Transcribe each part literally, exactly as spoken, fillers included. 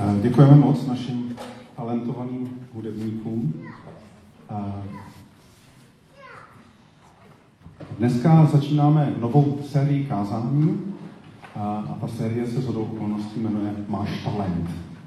Děkujeme moc našim talentovaným hudebníkům. Dneska začínáme novou sérii kázání a ta série se shodou okolností jmenuje Máš talent.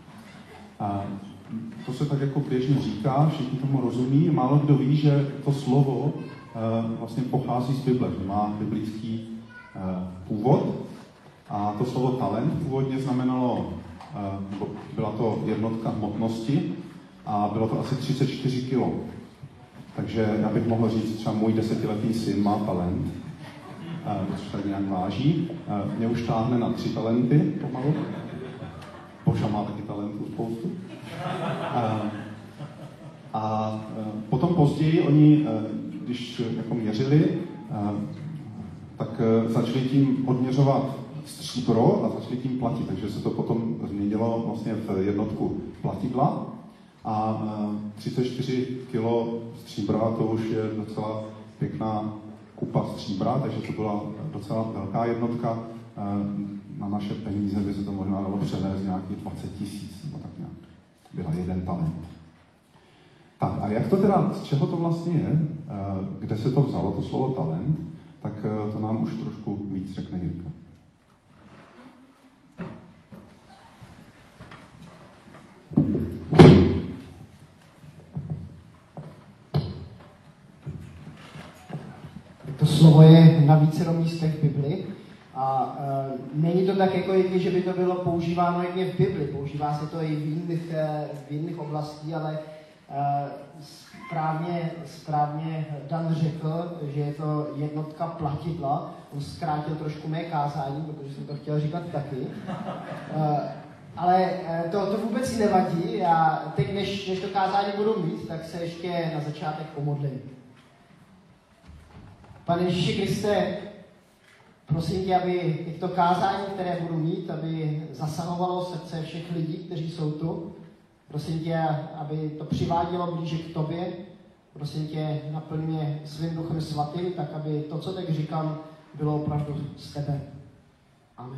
To se tak jako běžně říká, všichni tomu rozumí, málo kdo ví, že to slovo vlastně pochází z Bible, že má biblický původ. A to slovo talent původně znamenalo, byla to jednotka hmotnosti a bylo to asi třicet čtyři kilo. Takže já bych mohl říct, třeba můj desetiletý syn má talent, což tak nějak váží. Mě už táhne na tři talenty pomalu. Boža má taky talentů spoustu. A, a potom později oni, když jako měřili, tak začali tím odměřovat stříbro a začali tím platit, takže se to potom změnilo vlastně v jednotku platidla a třicet čtyři kilo stříbra, to už je docela pěkná kupa stříbra, takže to byla docela velká jednotka. Na naše peníze by se to možná dalo převést nějakých dvacet tisíc, nebo tak nějak. Byla jeden talent. Tak a jak to teda, z čeho to vlastně je, kde se to vzalo, to slovo talent, tak to nám už trošku víc řekne Jirka. To slovo je na vícero místech v Bibli a uh, není to tak, jako jedni, že by to bylo používáno jedně v Bibli. Používá se to i v jiných, uh, v jiných oblastí, ale uh, správně, správně Dan řekl, že je to jednotka platidla. On zkrátil trošku mé kázání, protože jsem to chtěl říkat taky. Uh, ale uh, to, to vůbec nevadí. Já teď, než, než to kázání budu mít, tak se ještě na začátek pomodlím. Pane Ježíši Kriste, prosím tě, aby to kázání, které budu mít, aby zasahovalo srdce všech lidí, kteří jsou tu. Prosím tě, aby to přivádělo blíže k tobě. Prosím tě, naplň mě svým duchem svatým, tak aby to, co teď říkám, bylo opravdu z tebe. Amen.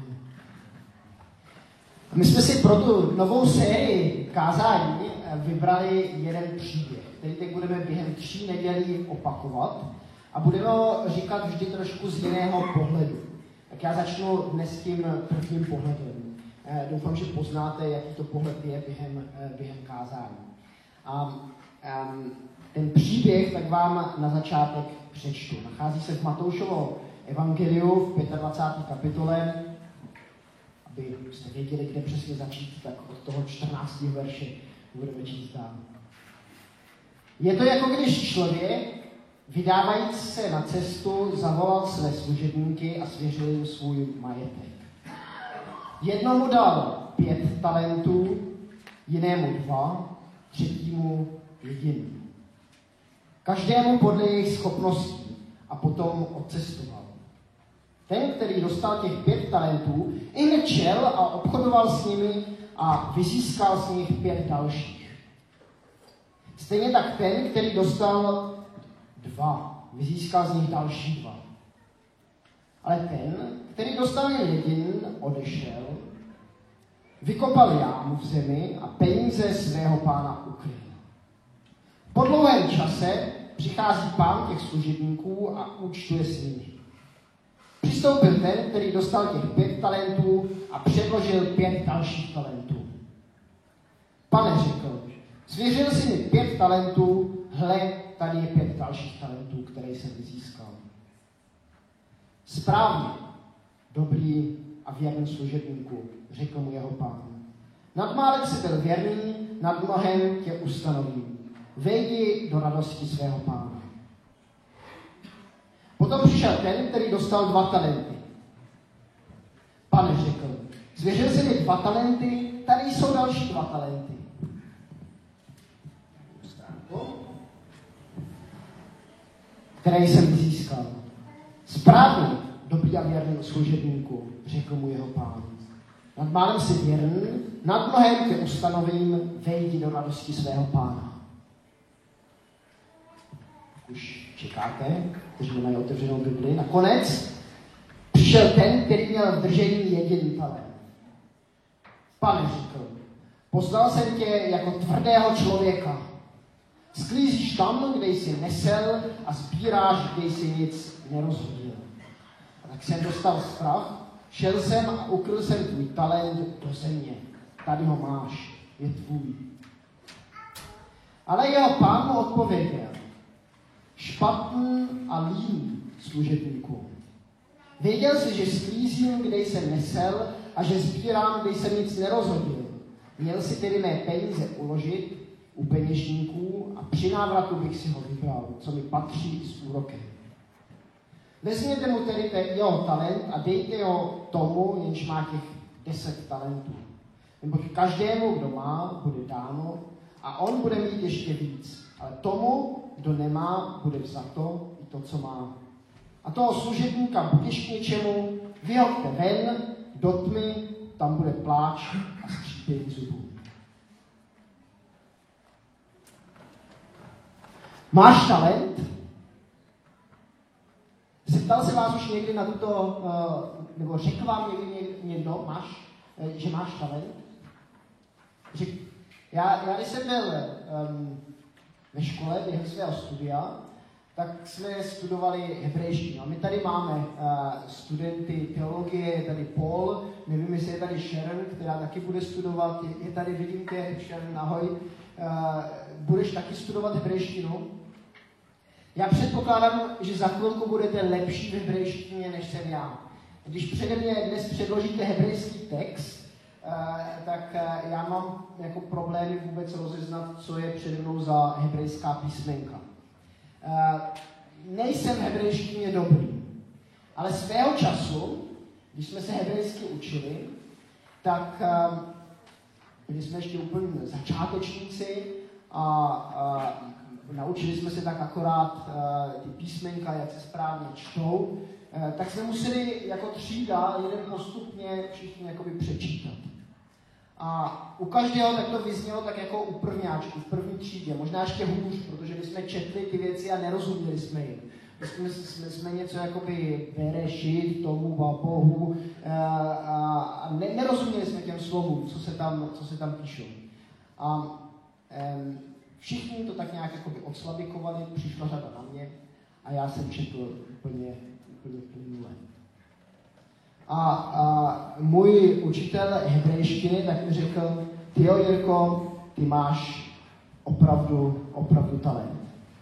My jsme si pro tu novou sérii kázání vybrali jeden příběh, který teď budeme během tří nedělí opakovat. A budeme ho říkat vždy trošku z jiného pohledu. Tak já začnu dnes tím prvním pohledem. E, doufám, že poznáte, jaký to pohled je během, e, během kázání. A e, ten příběh tak vám na začátek přečtu. Nachází se v Matoušovo evangeliu v dvacáté páté kapitole. Abyste věděli, kde přesně začít, tak od toho čtrnáctého verše budeme číst dál. Je to jako když člověk, vydávajíc se na cestu, zavolal své služebníky a svěřil jim svůj majetek. Jednomu dal pět talentů, jinému dva, třetímu jediný. Každému podle jejich schopností a potom odcestoval. Ten, který dostal těch pět talentů, i hned šel a obchodoval s nimi a vyzískal z nich pět dalších. Stejně tak ten, který dostal dva, vyzískal z nich další dva. Ale ten, který dostal jen jeden, odešel, vykopal jámu v zemi a peníze svého pána ukryl. Po dlouhém čase přichází pán těch služebníků a účtuje s nimi. Přistoupil ten, který dostal těch pět talentů a předložil pět dalších talentů. Pane, řekl, svěřil si mi pět talentů, hle, tady je pět dalších talentů, které jsem získal. Správně, dobrý a věrný služebníku, řekl mu jeho pán. Nad málem jsi byl věrný, nad mnohem tě ustanovím. Vejdi do radosti svého pána. Potom přišel ten, který dostal dva talenty. Pane, řekl, zvěřil jsi mi dva talenty, tady jsou další dva talenty. Které jsem získal. Správně, dobrý a věrný služebníku, řekl mu jeho pán. Nad málem si věrný, nad mnohem tě ustanovím, vejdi do radosti svého pána. Už čekáte, kteří mají otevřenou Bibli. Nakonec přišel ten, který měl v držení jediný talent. Pane, řekl, Poznal jsem tě jako tvrdého člověka. Sklízíš tam, kde jsi nesel a sbíráš, kde jsi nic nerozhodil. A tak jsem dostal strach, šel jsem a ukryl jsem tvůj talent do země. Tady ho máš, je tvůj. Ale jeho pán mu odpověděl, špatný a líný služebníku. Věděl jsi, že sklízím, kde jsem nesel a že sbírám, kde jsem nic nerozhodil. Měl si tedy mé peníze uložit u peněžníků a při návratu bych si ho vybral, co mi patří s úrokem. Vezměte mu tedy ten jeho talent a dejte ho tomu, jenž má těch deset talentů. Nebo každému, kdo má, bude dáno a on bude mít ještě víc. Ale tomu, kdo nemá, bude vzato i to, co má. A toho služebníka budeš k něčemu, vyhoďte ven, do tmy, tam bude pláč a skřípění zubů. Máš talent? Zeptal se vás už někdy na tuto, nebo řekl vám někdy někdo, máš, že máš talent? Řek, já, já když jsem byl um, ve škole během svého studia, tak jsme studovali hebrejštinu. A my tady máme uh, studenty teologie, je tady Paul, nevím, jestli je tady Sharon, která taky bude studovat, je, je tady, vidím tě, Sharon, ahoj. Uh, budeš taky studovat hebrejštinu? Já předpokládám, že za chvilku budete lepší v hebrejštině, než jsem já. Když přede mě dnes předložíte hebrejský text, uh, tak uh, já mám jako problémy vůbec rozeznat, co je přede mnou za hebrejská písmenka. Uh, nejsem v hebrejštině dobrý, ale svého času, když jsme se hebrejsky učili, tak uh, byli jsme ještě úplně začátečníci a, a naučili jsme se tak akorát uh, ty písmenka, jak se správně čtou, uh, tak jsme museli jako třída jeden postupně všichni jakoby přečítat. A u každého tak to vyznělo tak jako u prvňáčku, v první třídě, možná ještě hůř, protože my jsme četli ty věci a nerozuměli jsme jim. My jsme, jsme, jsme něco jakoby berešit, tomu, Bohu a, a ne, nerozuměli jsme těm slovům, co se tam, co se tam píšou. A um, všichni to tak nějak jakoby odslabikovali, přišla řada na mě a já jsem četl úplně, úplně plynule. A, a můj učitel hebrejštiny tak mi řekl, tyjo Jirko, ty máš opravdu, opravdu talent.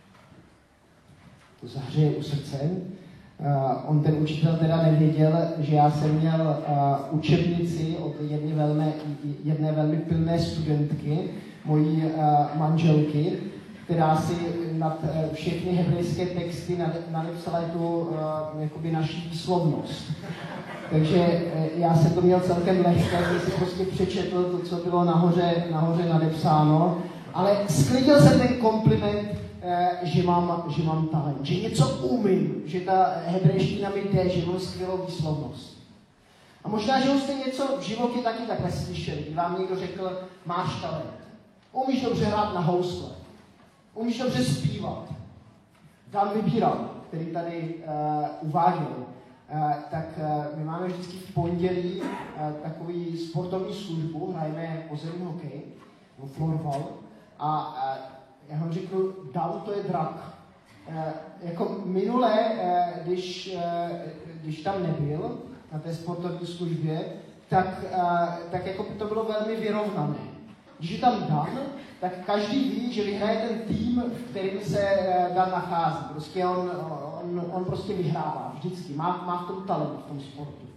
To zahřeje u srdce. Uh, on ten učitel teda nevěděl, že já jsem měl uh, učebnici od jedné velmi, jedné velmi pilné studentky, mojí uh, manželky, která si nad uh, všechny hebrejské texty nadepsala tu uh, jakoby naši výslovnost. Takže uh, já jsem to měl celkem lehké, že si prostě přečetl to, co bylo nahoře, nahoře nadepsáno, ale sklidil jsem ten kompliment, Že mám, že mám talent, že něco umím, že ta hebrejština mi jde, že mám skvělou výslovnost. A možná, že už jste něco v životě taky takhle slyšeli, kdy vám někdo řekl, máš talent. Umíš dobře hrát na housle, umíš dobře zpívat. Dan vybíral, který tady uh, uváděl, uh, tak uh, my máme vždycky v pondělí uh, takový sportovní službu, hrajeme pozemní hokej, nebo florbal, a uh, já vám řeknu, Dan to je drak. E, jako minule, e, když, e, když tam nebyl na té sportovní službě, tak, e, tak jako by to bylo velmi vyrovnané. Když je tam Dan, tak každý ví, že vyhraje ten tým, v kterým se e, Dan nachází. Prostě on, on, on prostě vyhrává vždycky. Má, má v tom talent, v tom sportu.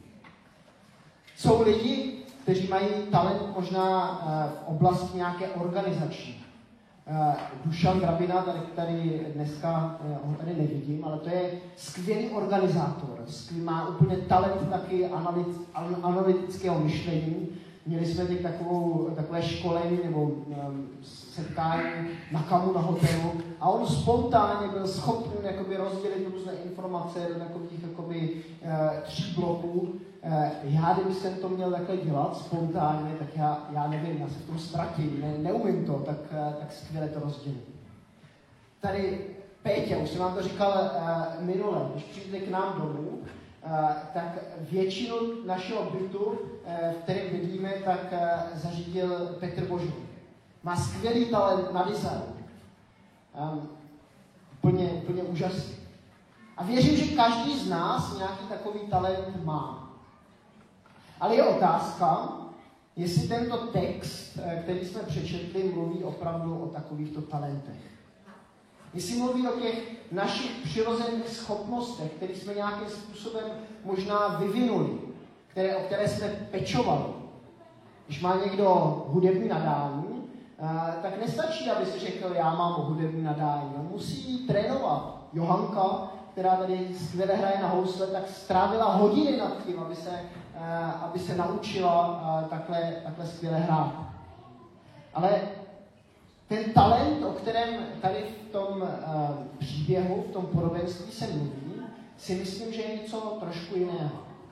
Jsou lidi, kteří mají talent možná e, v oblasti nějaké organizační. Uh, Dušan Grabina, tady, tady dneska uh, ho tady nevidím, ale to je skvělý organizátor, skvělý, má úplně talent taky analyt, analytického myšlení. Měli jsme teď takovou, takové školení nebo um, setkání na kamu na hotelu a on spontánně byl schopný jakoby rozdělit různé informace do takových jakoby, uh, tří bloků. Uh, já, kdyby jsem to měl takhle dělat spontánně, tak já, já nevím, já se v tom ztratím, ne, neumím to, tak, uh, tak skvěle to rozdělit. Tady Pétě, už jsem vám to říkal uh, minule, když přijdete k nám domů, tak většinu našeho bytu, v kterém bydlíme, tak zařídil Petr Božů. Má skvělý talent na design. Um, plně, plně úžasný. A věřím, že každý z nás nějaký takový talent má. Ale je otázka, jestli tento text, který jsme přečetli, mluví opravdu o takovýchto talentech. Jestli mluví o těch našich přirozených schopnostech, které jsme nějakým způsobem možná vyvinuli, které, o které jsme pečovali. Když má někdo hudební nadání, tak nestačí, aby si řekl, já mám hudební nadání. On musí trénovat. Johanka, která tady skvěle hraje na housle, tak strávila hodiny nad tím, aby se, aby se naučila takhle, takhle skvěle hrát. Ale ten talent, o kterém tady v tom příběhu, v tom podobenství se mluví, si myslím, že je něco trošku jiného.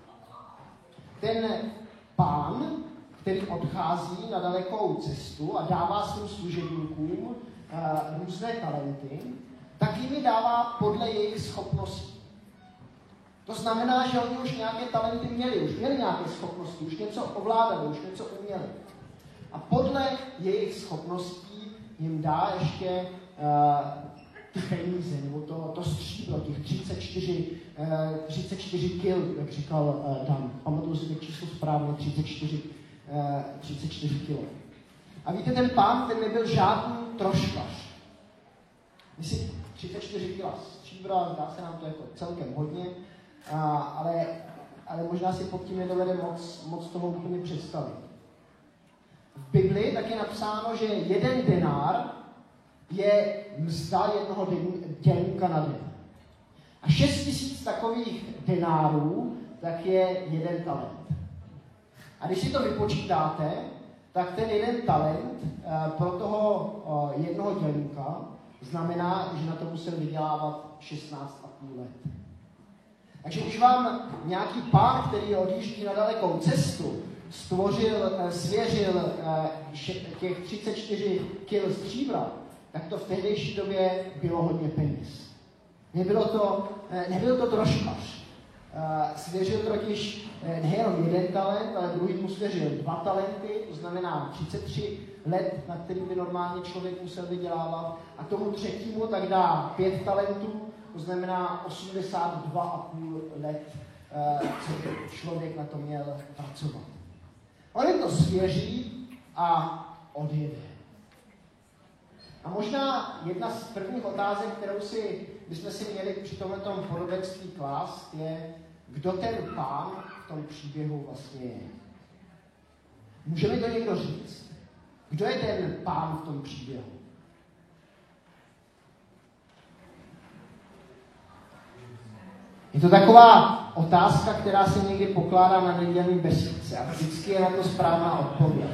Ten pán, který odchází na dalekou cestu a dává svým služebníkům uh, různé talenty, tak jim dává podle jejich schopností. To znamená, že oni už nějaké talenty měli, už měli nějaké schopnosti, už něco ovládali, už něco uměli. A podle jejich schopností jim dá ještě uh, ty peníze, nebo to, to stříbro, těch třicet čtyři, uh, třicet čtyři kil, jak říkal uh, Dan. Pamatuju si to číslo správně, třicet čtyři, uh, třicet čtyři kilo. A víte, ten pán, ten nebyl žádný troškař. Myslím, třicet čtyři kila stříbra, zdá se nám to jako celkem hodně, uh, ale, ale možná si pod tím nedovede moc, moc toho úplně představit. V Bibli tak je napsáno, že jeden denár je mzda jednoho dělníka na den. A šest tisíc takových denárů, tak je jeden talent. A když si to vypočítáte, tak ten jeden talent uh, pro toho uh, jednoho dělníka znamená, že na to musel vydělávat šestnáct a půl let. Takže když vám nějaký pán, který odjíždí na dalekou cestu, stvořil, svěřil těch třicet čtyři kil stříbra, tak to v tehdejší době bylo hodně peněz. Nebylo to, nebyl to troškař. Svěřil totiž nejenom jeden talent, ale druhý mu svěřil dva talenty, to znamená třicet tři let, na který by normálně člověk musel vydělávat. A tomu třetímu tak dá pět talentů, to znamená osmdesát dva a půl let, co člověk na to měl pracovat. On jim to svěří a odjede. A možná jedna z prvních otázek, kterou si, bychom si měli při tomto podobenství klást, je, kdo ten pán v tom příběhu vlastně je. Může mi to někdo říct? Kdo je ten pán v tom příběhu? Je to taková otázka, která se někdy pokládá na nedělní besídce a vždycky je na to správná odpověď.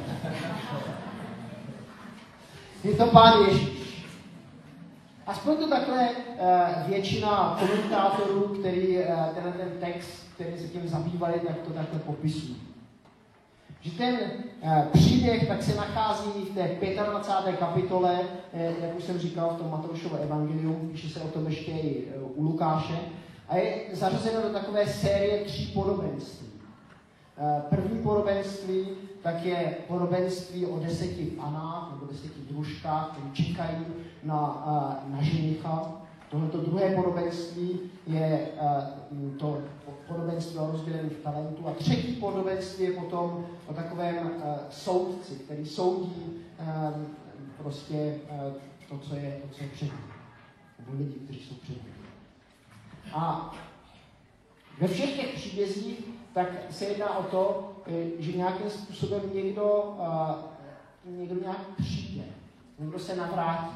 Je to Pán Ježíš. Aspoň to takhle uh, většina komentátorů, který uh, tenhle ten text, který se tím zabývali, tak to takhle popisují. Že ten uh, příběh tak se nachází v té dvacáté páté kapitole, uh, jak už jsem říkal, v tom Matoušovo evangelium, píše se o tom ještě i uh, u Lukáše, a je zařazeno do takové série tří podobenství. První podobenství tak je podobenství o deseti panách nebo deseti družkách, které čekají na, na ženicha. Tohleto druhé podobenství je to podobenství o rozdělených talentů. A třetí podobenství je potom o takovém soudci, který soudí prostě to, co je, to, co je před ním. Nebo lidi, kteří jsou před ním. A ve všech těch příbězích tak se jedná o to, že nějakým způsobem někdo, někdo nějak přijde, někdo se navrátí.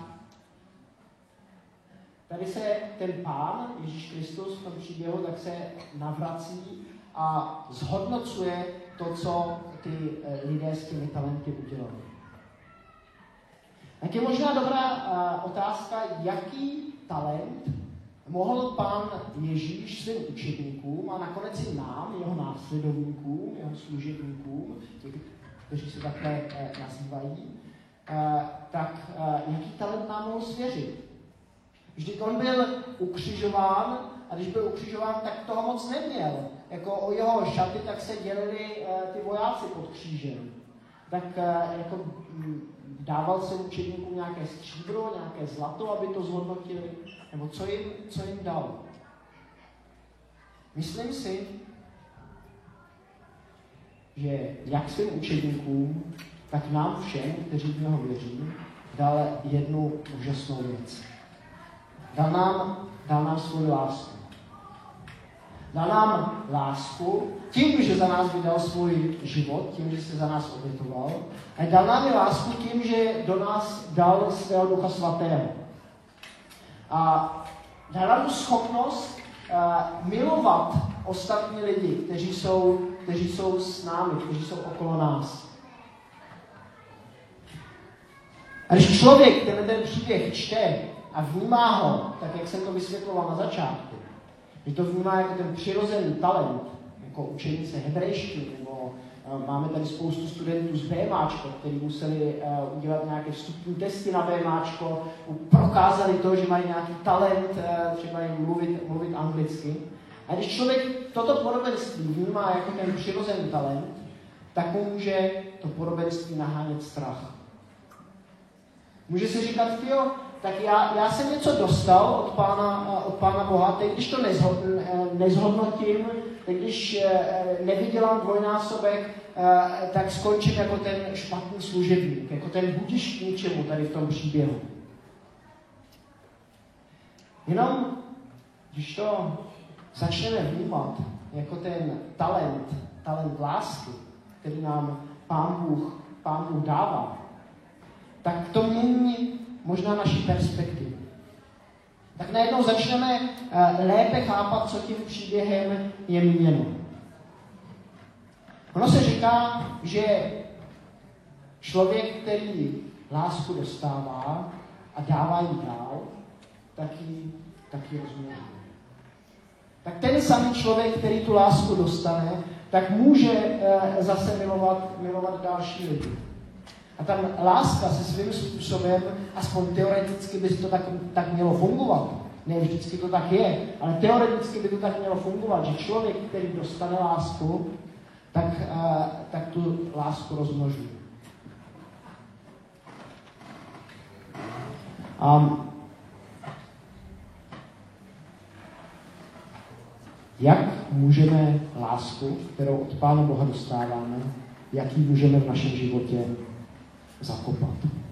Tady se ten Pán, Ježíš Kristus v tom příběhu, tak se navrací a zhodnocuje to, co ty lidé s těmi talenty udělali. Tak je možná dobrá otázka, jaký talent mohl Pán Ježíš svým učedníkům a nakonec i nám, jeho následovníkům, jeho služebníkům, těch, kteří se takhle eh, nazývají, eh, tak eh, jaký talent nám mohl svěřit? Vždyť on byl ukřižován a když byl ukřižován, tak toho moc neměl. Jako o jeho šaty tak se dělili ty vojáci pod křížem. Tak jako dával se učedníkům nějaké stříbro, nějaké zlato, aby to zhodnotili, nebo co jim, co jim dal. Myslím si, že jak svým učedníkům, tak nám všem, kteří v něho věří, dal jednu úžasnou věc. Dal nám, dal nám svou lásku. Dal nám lásku tím, že za nás vydal svůj život, tím, že se za nás obětoval. A dal nám i lásku tím, že do nás dal svého Ducha Svatého. A dal nám tu schopnost uh, milovat ostatní lidi, kteří jsou, kteří jsou s námi, kteří jsou okolo nás. A když člověk ten, ten příběh čte a vnímá ho, tak jak jsem to vysvětloval na začátku, že to vnímá jako ten přirozený talent, jako učení se hebrejštiny, nebo uh, máme tady spoustu studentů z BMAčka, kteří museli uh, udělat nějaké vstupní testy na BMAčko, prokázali to, že mají nějaký talent, uh, třeba jim mluvit, mluvit anglicky. A když člověk toto podobenství vnímá jako ten přirozený talent, tak mu může to podobenství nahánět strach. Může si říkat, jo, tak já, já jsem něco dostal od Pána, od Pána Boha, teď když to nezhod, nezhodnotím, teď když nevydělám dvojnásobek, tak skončím jako ten špatný služebník, jako ten budiš k ničemu tady v tom příběhu. Jenom, když to začneme vnímat jako ten talent, talent lásky, který nám Pán Bůh, Pán Bůh dává, tak to mění možná naši perspektivu. Tak najednou začneme uh, lépe chápat, co tím příběhem je míněno. Ono se říká, že člověk, který lásku dostává a dává ji dál, tak ji, tak ji rozmnoží. Tak ten samý člověk, který tu lásku dostane, tak může uh, zase milovat, milovat další lidi. A ta láska se svým způsobem, aspoň teoreticky by to tak, tak mělo fungovat. Ne vždycky to tak je, ale teoreticky by to tak mělo fungovat, že člověk, který dostane lásku, tak, uh, tak tu lásku rozmnoží. Um, jak můžeme lásku, kterou od Pána Boha dostáváme, jak ji můžeme v našem životě zakopat?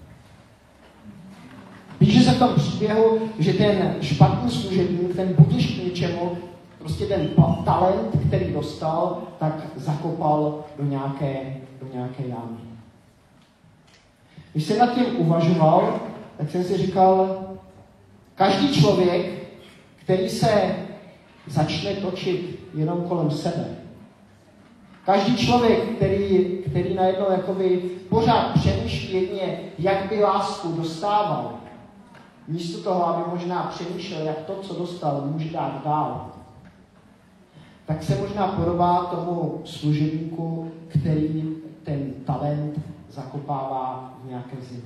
Píše se v tom příběhu, že ten špatný služebník, ten budiš k něčemu, prostě ten talent, který dostal, tak zakopal do nějaké, do nějaké jámy. Když jsem nad tím uvažoval, tak jsem si říkal, každý člověk, který se začne točit jenom kolem sebe, každý člověk, který, který najednou jakoby pořád přemýšlí jedně, jak by lásku dostával, místo toho, aby možná přemýšlel, jak to, co dostal, může dát dál, tak se možná podobá tomu služebníku, který ten talent zakopává v nějaké zemi.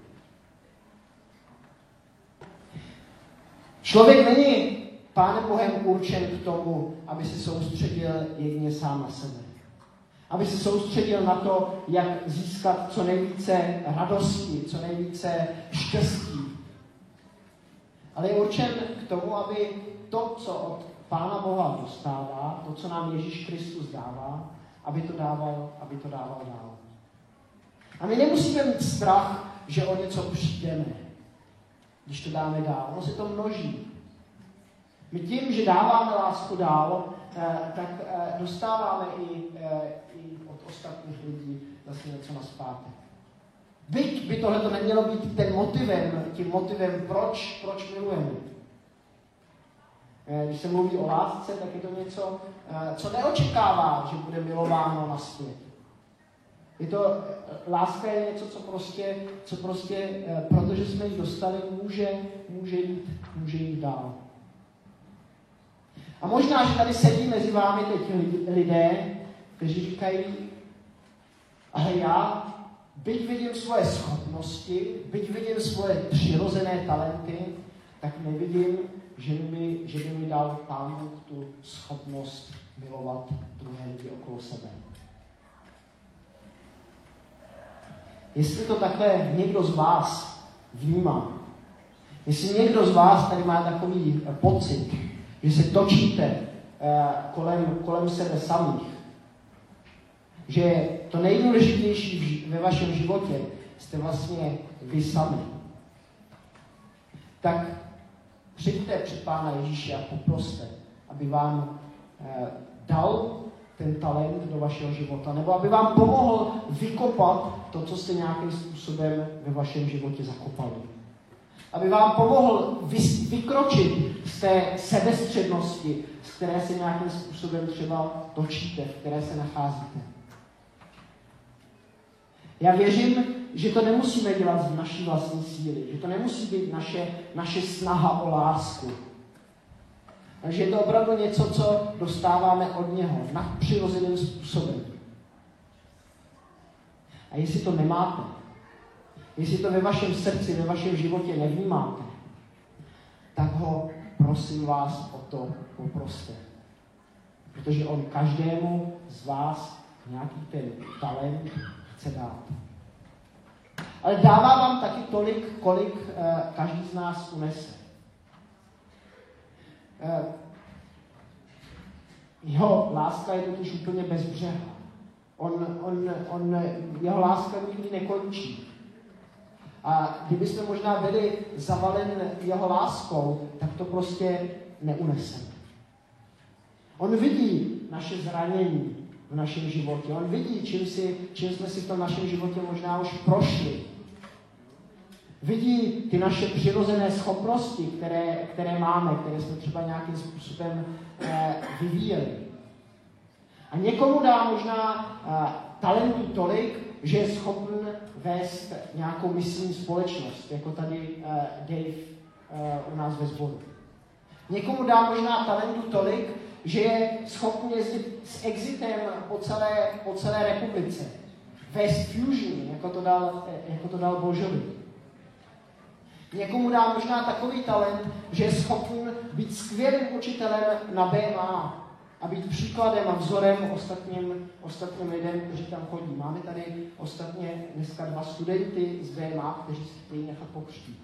Člověk není Pánem Bohem určen k tomu, aby se soustředil jedině sám na sebe. Aby se soustředil na to, jak získat co nejvíce radosti, co nejvíce štěstí. Ale je určen k tomu, aby to, co od Pána Boha dostává, to, co nám Ježíš Kristus dává, aby to dával, aby to dával dál. A my nemusíme mít strach, že o něco přijdeme, když to dáme dál. Ono se to množí. My tím, že dáváme lásku dál, tak dostáváme i, i od ostatních lidí zase něco nazpátek. Byť by tohle nemělo být ten motivem, tím motivem, proč, proč milujeme. Když se mluví o lásce, tak je to něco, co neočekává, že bude milováno nazpět. Je to, láska je něco, co prostě, co prostě protože jsme ji dostali, může, může, jít, může jít dál. A možná, že tady sedí mezi vámi teď lidé, kteří říkají, ale já, byť vidím svoje schopnosti, byť vidím svoje přirozené talenty, tak nevidím, že by, mi, že by mi dal Pán Bůh tu schopnost milovat druhé lidi okolo sebe. Jestli to takhle někdo z vás vnímá, jestli někdo z vás tady má takový pocit, že se točíte kolem, kolem sebe samých, že to nejdůležitější ve vašem životě jste vlastně vy sami, tak přijďte před Pána Ježíše a poproste, aby vám dal ten talent do vašeho života, nebo aby vám pomohl vykopat to, co jste nějakým způsobem ve vašem životě zakopali. Aby vám pomohl vy, vykročit z té sebestřednosti, z které se nějakým způsobem třeba točíte, v které se nacházíte. Já věřím, že to nemusíme dělat z naší vlastní síly, že to nemusí být naše, naše snaha o lásku. Takže je to opravdu něco, co dostáváme od něho nadpřirozeným způsobem. A jestli to nemáte, jestli to ve vašem srdci, ve vašem životě nevnímáte, tak ho, prosím vás, o to poproste. Protože on každému z vás nějaký ten talent chce dát. Ale dává vám taky tolik, kolik uh, každý z nás unese. Uh, jeho láska je totiž úplně bezbřehá. On, on, on, jeho láska nikdy nekončí. A kdybychom možná byli zavalen jeho láskou, tak to prostě neuneseme. On vidí naše zranění v našem životě. On vidí, čím, si, čím jsme si v tom našem životě možná už prošli. Vidí ty naše přirozené schopnosti, které, které máme, které jsme třeba nějakým způsobem eh, vyvíjeli. A někomu dá možná eh, talentu tolik, že je schopen vést nějakou misijní společnost, jako tady uh, Dave uh, u nás ve sboru. Někomu dá možná talentu tolik, že je schopen jezdit s exitem po celé, po celé republice. Vést fusion, jako to dal, jako to dal Božovi. Někomu dá možná takový talent, že je schopen být skvělým učitelem na bé em á a být příkladem a vzorem ostatním, ostatním lidem, kteří tam chodí. Máme tady ostatně dneska dva studenty z bé em á, kteří si chtějí nechat pokřtít.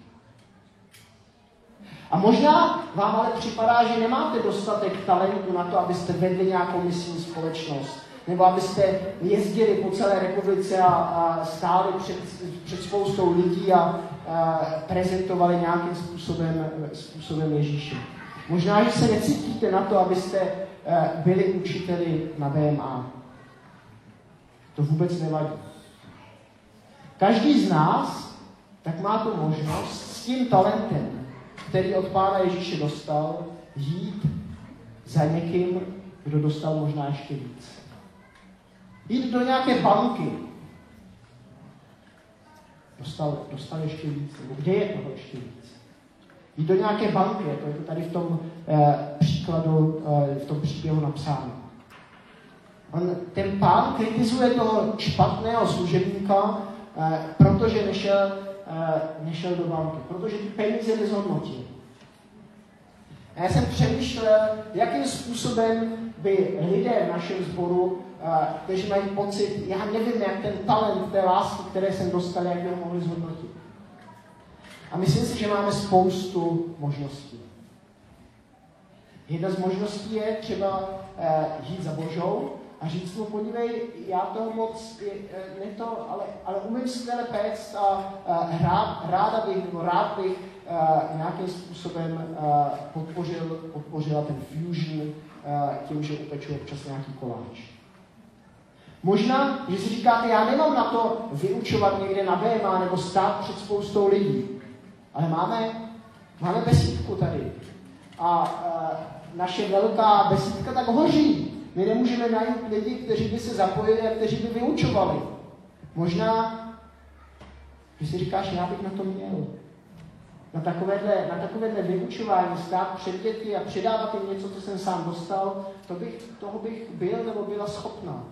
A možná vám ale připadá, že nemáte dostatek talentu na to, abyste vedli nějakou misijní společnost, nebo abyste jezdili po celé republice a, a stáli před, před spoustou lidí a, a prezentovali nějakým způsobem, způsobem Ježíše. Možná, že se necítíte na to, abyste byli učiteli na bé em á. To vůbec nevadí. Každý z nás tak má tu možnost s tím talentem, který od Pána Ježíše dostal, jít za někým, kdo dostal možná ještě víc. Jít do nějaké banky. Dostal, dostal ještě víc. Nebo kde je toho ještě víc? Jít do nějaké banky, jako je to tady v tom eh, příkladu, eh, v tom příběhu napsáno. On, ten pán kritizuje toho špatného služebníka, eh, protože nešel, eh, nešel do banky, protože ty peníze nezhodnotil. A já jsem přemýšlel, jakým způsobem by lidé v našem sboru, eh, kteří mají pocit, já nevím, jak ten talent té lásky, které jsem dostal, jak by ho mohli zhodnotit. A myslím si, že máme spoustu možností. Jedna z možností je třeba eh, jít za Božou a říct mu, podívej, já toho moc, eh, ne to, ale, ale umím skvěle péct a eh, rád, ráda bych, nebo rád bych eh, nějakým způsobem eh, podpořil, podpořila ten fusion eh, tím, že upeču občas nějaký koláč. Možná, že si říkáte, já nemám na to vyučovat někde na bé em á nebo stát před spoustou lidí. Ale máme, máme besídku tady. A e, naše velká besídka tak hoří. My nemůžeme najít lidi, kteří by se zapojili a kteří by vyučovali. Možná, že si říkáš, já bych na to měl. Na takovéhle, na takovéhle vyučování stát před děti a předávat jim něco, co jsem sám dostal, to bych, toho bych byl nebo byla schopná.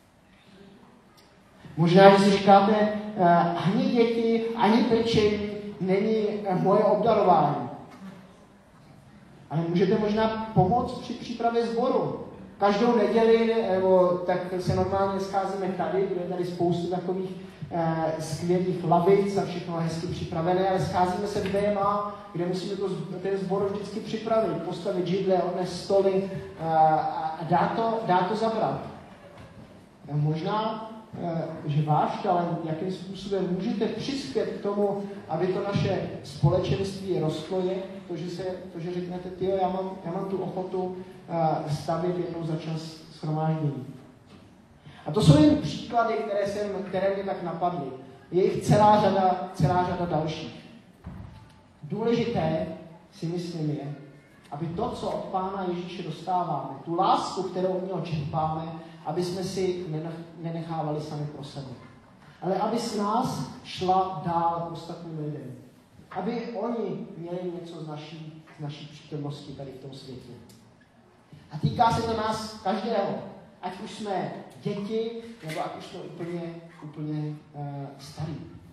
Možná, že si říkáte, uh, ani děti, ani pečení, není moje obdarování. Ale můžete možná pomoct při přípravě sboru. Každou neděli, nebo tak se normálně scházíme tady, kde je tady spoustu takových eh, skvělých lavic a všechno hezky připravené, ale scházíme se v B M A, kde musíme to, ten sbor vždycky připravit, postavit židle, odnést stoly eh, a dá to, dá to zabrat. A možná, eh, že váš talent, jakým způsobem můžete přispět k tomu, aby to naše společenství rostlo, je to, že, se, to, že řeknete, tyjo, já mám, já mám tu ochotu uh, stavit jednou za čas shromáždění. A to jsou jen příklady, které, jsem, které mě tak napadly. Je jich celá řada, celá řada dalších. Důležité, si myslím, je, aby to, co od Pána Ježíše dostáváme, tu lásku, kterou od něho čerpáme, aby jsme si nenechávali sami pro sebe. Ale aby z nás šla dál ostatním lidem. Aby oni měli něco z naší, z naší přítomnosti tady v tom světě. A týká se to nás každého. Ať už jsme děti, nebo ať už jsme úplně, úplně uh, starí.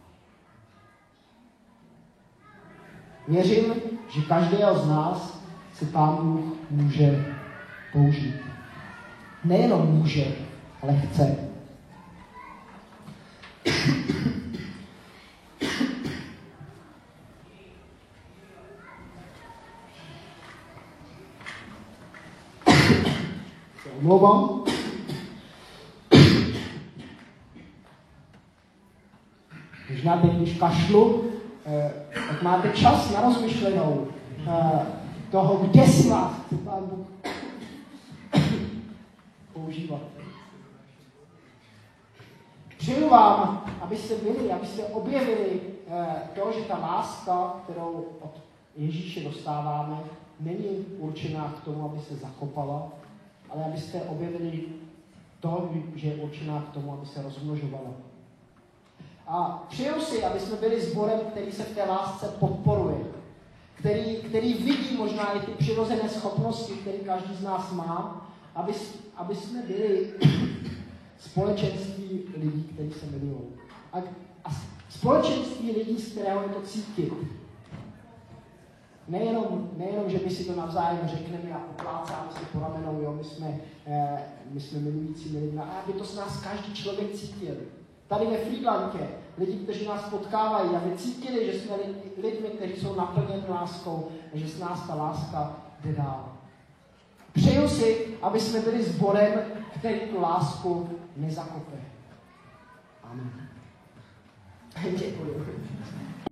Věřím, že každého z nás si Pán Bůh může použít. Nejenom může, ale chce. Omlouvám. Možná teď, když kašlu, eh, tak máte čas na rozmyšlenou eh, toho, kde si vás chce Pán Bůh používat. Přeju vám, abyste byli, abyste objevili eh, to, že ta láska, kterou od Ježíše dostáváme, není určená k tomu, aby se zakopala, ale abyste objevili to, že je určená k tomu, aby se rozmnožovala. A přeju si, aby jsme byli sborem, který se v té lásce podporuje, který, který vidí možná i ty přirozené schopnosti, které každý z nás má, aby, aby jsme byli společenství lidí, kteří se milují. A, a společenství lidí, z kterého je to cítit. Nejenom, nejenom, že my si to navzájem řekneme a uplácáme si po ramenou, jo, my jsme, eh, my jsme milujícími lidmi, a aby to z nás každý člověk cítil. Tady ve Frýdlantě lidi, kteří nás potkávají, aby cítili, že jsme lidmi, kteří jsou naplněni láskou a že z nás ta láska jde dál. Přeju si, aby jsme byli sborem, který tu lásku nezakope. Amen. Děkuji.